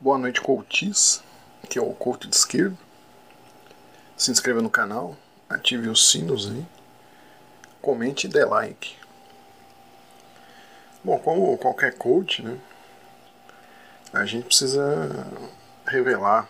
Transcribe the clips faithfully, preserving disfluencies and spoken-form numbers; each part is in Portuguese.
Boa noite, coaches, que é o coach de esquerda. Se inscreva no canal, ative os sinos aí, comente e dê like. Bom, como qualquer coach, né, a gente precisa revelar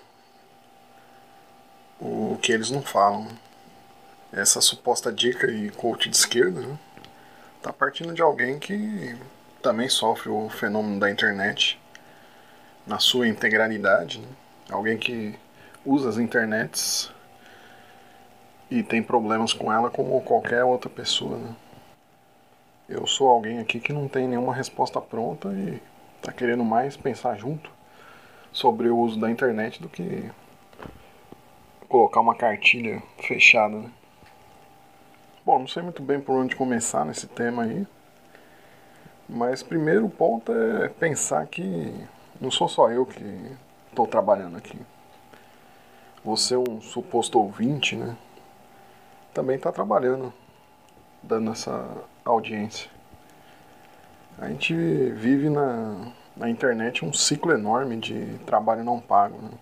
o que eles não falam. Essa suposta dica e coach de esquerda, né, tá partindo de alguém que também sofre o fenômeno da internet na sua integralidade, né? Alguém que usa as internets e tem problemas com ela como qualquer outra pessoa, né? Eu sou alguém aqui que não tem nenhuma resposta pronta e tá querendo mais pensar junto sobre o uso da internet do que colocar uma cartilha fechada, né? Bom, não sei muito bem por onde começar nesse tema aí, mas primeiro ponto é pensar que não sou só eu que estou trabalhando aqui. Você, um suposto ouvinte, né, também está trabalhando, dando essa audiência. A gente vive na, na internet um ciclo enorme de trabalho não pago, né?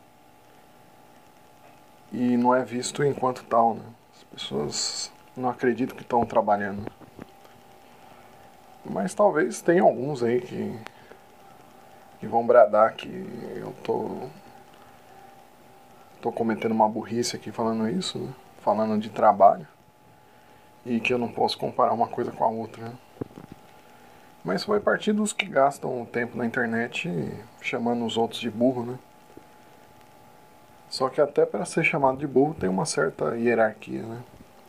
E não é visto enquanto tal, né? As pessoas não acreditam que estão trabalhando. Mas talvez tenha alguns aí que, que vão bradar que eu tô, tô cometendo uma burrice aqui falando isso, né? Falando de trabalho. E que eu não posso comparar uma coisa com a outra, né? Mas vai partir dos que gastam o tempo na internet chamando os outros de burro, né? Só que até para ser chamado de burro tem uma certa hierarquia, né?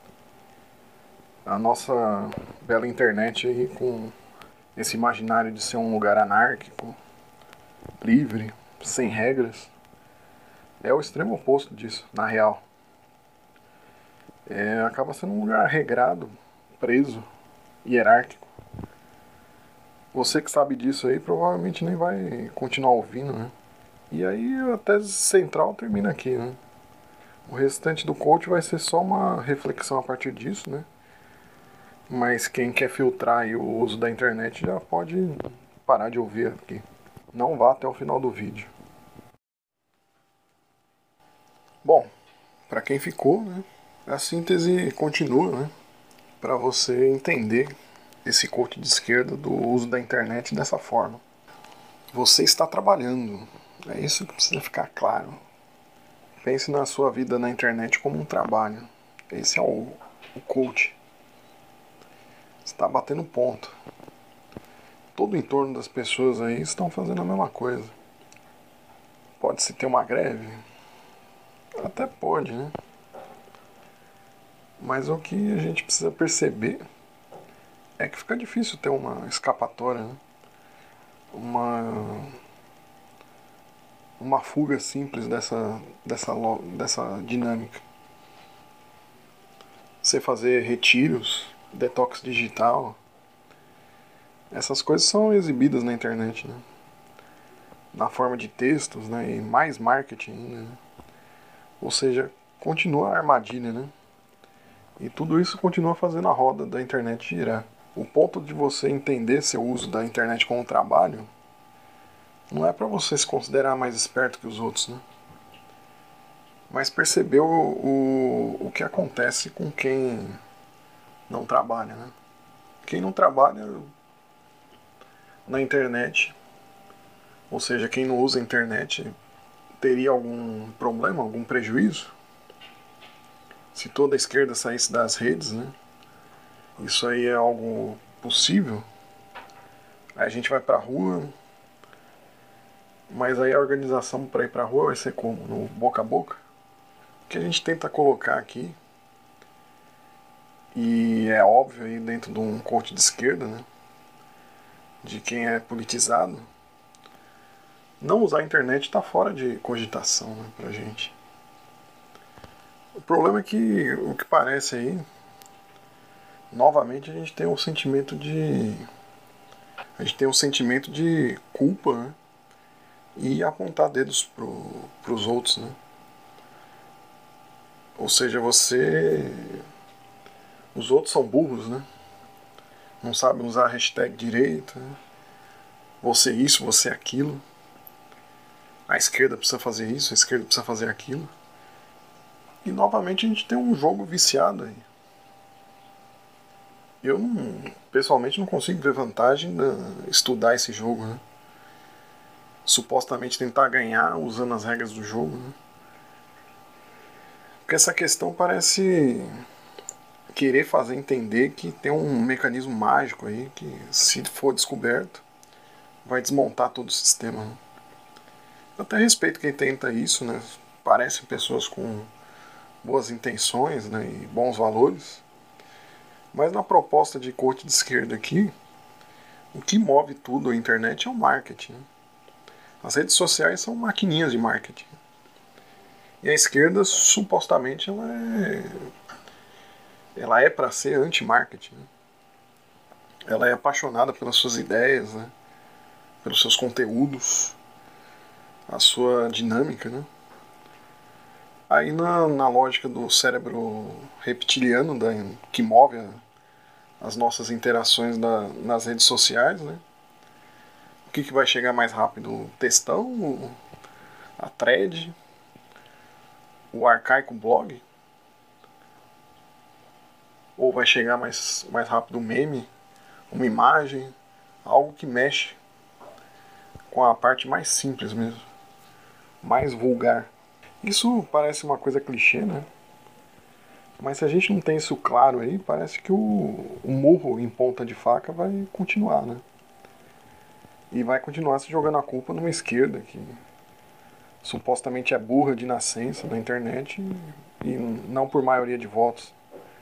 A nossa bela internet aí, com esse imaginário de ser um lugar anárquico, livre, sem regras, é o extremo oposto disso, na real. É, acaba sendo um lugar regrado, preso, hierárquico. Você que sabe disso aí provavelmente nem vai continuar ouvindo, né? E aí a tese central termina aqui, né? O restante do coach vai ser só uma reflexão a partir disso, né? Mas quem quer filtrar aí o uso da internet já pode parar de ouvir aqui. Não vá até o final do vídeo. Bom, para quem ficou, né, a síntese continua, né? Para você entender esse coach de esquerda do uso da internet dessa forma. Você está trabalhando. É isso que precisa ficar claro. Pense na sua vida na internet como um trabalho. Esse é o, o coach. Você está batendo ponto. Todo o entorno das pessoas aí estão fazendo a mesma coisa. Pode-se ter uma greve? Até pode, né? Mas o que a gente precisa perceber é que fica difícil ter uma escapatória, né? Uma, uma fuga simples dessa, dessa, dessa dinâmica. Você fazer retiros, detox digital, essas coisas são exibidas na internet, né? Na forma de textos, né? E mais marketing ainda, né? Ou seja, continua a armadilha, né? E tudo isso continua fazendo a roda da internet girar. O ponto de você entender seu uso da internet como trabalho não é para você se considerar mais esperto que os outros, né? Mas perceber o, o, o que acontece com quem não trabalha, né? Quem não trabalha na internet, ou seja, quem não usa a internet, teria algum problema, algum prejuízo? Se toda a esquerda saísse das redes, né? Isso aí é algo possível? Aí a gente vai pra rua, mas aí a organização para ir pra rua vai ser como? No boca a boca? O que a gente tenta colocar aqui, e é óbvio aí dentro de um coach de esquerda, né? De quem é politizado, não usar a internet está fora de cogitação, né, pra gente. O problema é que o que parece aí, novamente a gente tem um sentimento de. A gente tem um sentimento de culpa, né? E apontar dedos pro, pros outros, né? Ou seja, você. Os outros são burros, né? Não sabem usar a hashtag direito, né? Você isso, você aquilo. a esquerda precisa fazer isso, a esquerda precisa fazer aquilo. E novamente a gente tem um jogo viciado aí. Eu não, pessoalmente não consigo ver vantagem de estudar esse jogo, né? Supostamente tentar ganhar usando as regras do jogo, né? Porque essa questão parece querer fazer entender que tem um mecanismo mágico aí que, se for descoberto, vai desmontar todo o sistema, né? Eu até respeito quem tenta isso, né? Parecem pessoas com boas intenções, né, e bons valores. Mas na proposta de coach de esquerda aqui, o que move tudo a internet é o marketing, né? As redes sociais são maquininhas de marketing. E a esquerda, supostamente, ela é ela é para ser anti-marketing, né? Ela é apaixonada pelas suas ideias, né? Pelos seus conteúdos, a sua dinâmica, né? Aí na, na lógica do cérebro reptiliano, da, que move a, as nossas interações da, nas redes sociais, né? O que, que vai chegar mais rápido? O textão? A thread? O arcaico blog? Ou vai chegar mais, mais rápido um meme? Uma imagem? Algo que mexe com a parte mais simples mesmo, mais vulgar. Isso parece uma coisa clichê, né? Mas se a gente não tem isso claro aí, parece que o, o murro em ponta de faca vai continuar, né? E vai continuar se jogando a culpa numa esquerda que supostamente é burra de nascença na internet e, e não por maioria de votos.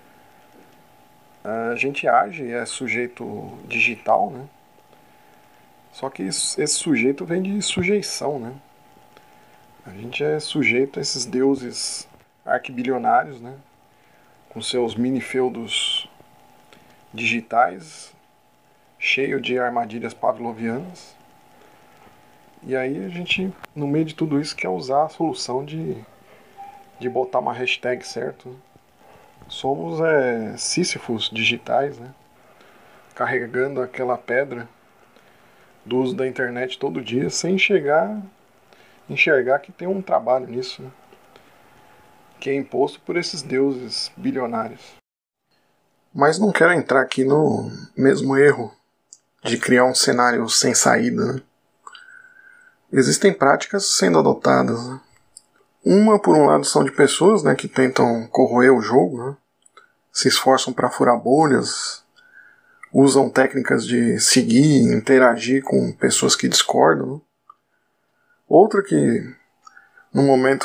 A gente age, é sujeito digital, né? Só que esse sujeito vem de sujeição, né? A gente é sujeito a esses deuses arquibilionários, né? Com seus mini-feudos digitais, cheio de armadilhas pavlovianas. E aí a gente, no meio de tudo isso, quer usar a solução de, de botar uma hashtag, certo? Somos é, sísifos digitais, né? Carregando aquela pedra do uso da internet todo dia, sem enxergar, enxergar que tem um trabalho nisso, né? Que é imposto por esses deuses bilionários. Mas não quero entrar aqui no mesmo erro de criar um cenário sem saída, né? Existem práticas sendo adotadas, né? Uma, por um lado, são de pessoas, né, que tentam corroer o jogo, né? Se esforçam para furar bolhas, usam técnicas de seguir e interagir com pessoas que discordam, né? Outra que, no momento,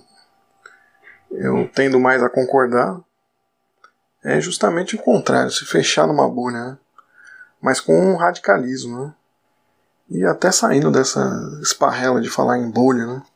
eu tendo mais a concordar, é justamente o contrário, se fechar numa bolha, né? Mas com um radicalismo, né? E até saindo dessa esparrela de falar em bolha, né?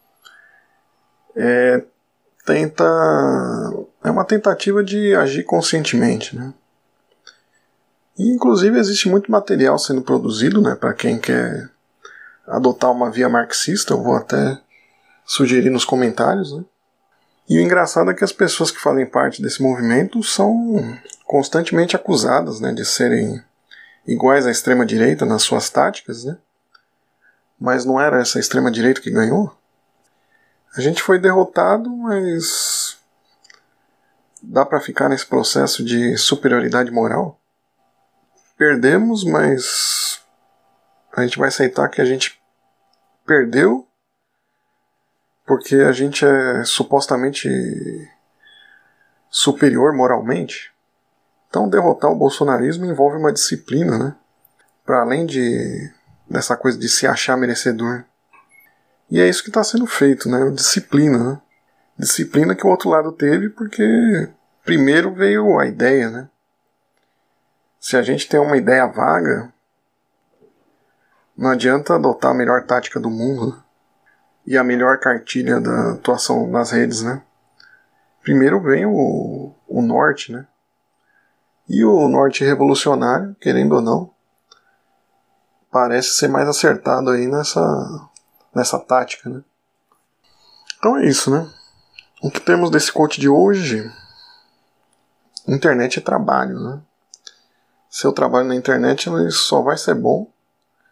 É, tenta, é uma tentativa de agir conscientemente, né? E, inclusive, existe muito material sendo produzido, né, para quem quer adotar uma via marxista. Eu vou até sugerir nos comentários, né? E o engraçado é que as pessoas que fazem parte desse movimento são constantemente acusadas, né, de serem iguais à extrema-direita nas suas táticas, né? Mas não era essa extrema-direita que ganhou? A gente foi derrotado, mas dá para ficar nesse processo de superioridade moral? Perdemos, mas a gente vai aceitar que a gente perdeu porque a gente é supostamente superior moralmente? Então derrotar o bolsonarismo envolve uma disciplina, né? Para além de dessa coisa de se achar merecedor. E é isso que está sendo feito, né? Disciplina, né? Disciplina que o outro lado teve porque primeiro veio a ideia, né? Se a gente tem uma ideia vaga, não adianta adotar a melhor tática do mundo, né? E a melhor cartilha da atuação nas redes, né? Primeiro vem o, o norte, né? E o norte revolucionário, querendo ou não, parece ser mais acertado aí nessa, nessa tática, né? Então é isso, né? O que temos desse coach de hoje? Internet é trabalho, né? Seu trabalho na internet ele só vai ser bom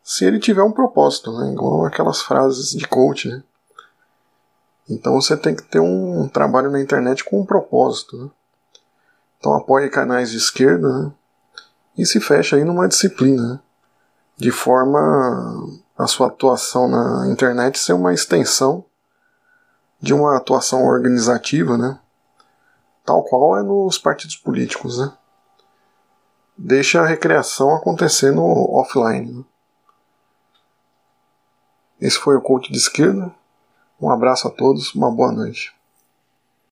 se ele tiver um propósito, né? Igual aquelas frases de coach, né? Então você tem que ter um trabalho na internet com um propósito, né? Então apoie canais de esquerda, né? E se fecha aí numa disciplina, né? De forma a sua atuação na internet ser uma extensão de uma atuação organizativa, né? Tal qual é nos partidos políticos, né? Deixa a recreação acontecer no offline, né? Esse foi o Coach de Esquerda. Um abraço a todos, uma boa noite.